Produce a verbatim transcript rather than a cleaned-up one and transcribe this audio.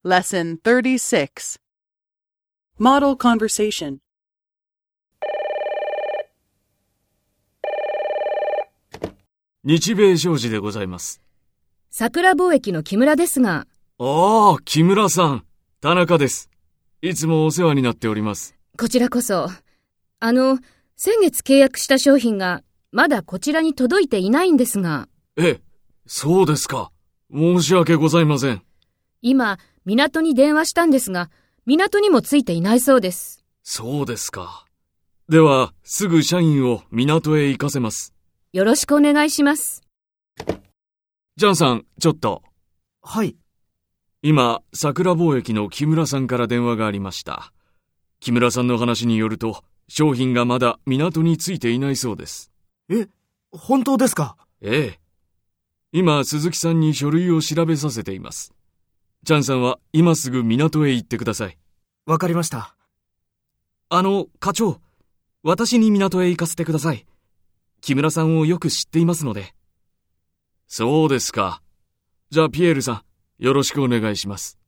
Lesson thirty-six. Model Conversation. 日米商事でございます。 桜貿易の木村ですが。 ああ、木村さん。田中です。いつもお世話になっております。 こちらこそ。あの、先月契約した商品がまだこちらに届いていないんですが。 ええ、そうですか。申し訳ございません。 今、港に電話したんですが、港にもついていないそうです。 そうですか。では、すぐ社員を港へ行かせます。 よろしくお願いします。 ジャンさん、ちょっと。 はい。 今、桜貿易の木村さんから電話がありました。木村さんの話によると、商品がまだ港についていないそうです。 え、本当ですか？ ええ。今、鈴木さんに書類を調べさせています。チャンさんは今すぐ港へ行ってください。 わかりました。 あの、課長、私に港へ行かせてください。木村さんをよく知っていますので。そうですか。じゃあピエールさん、よろしくお願いします。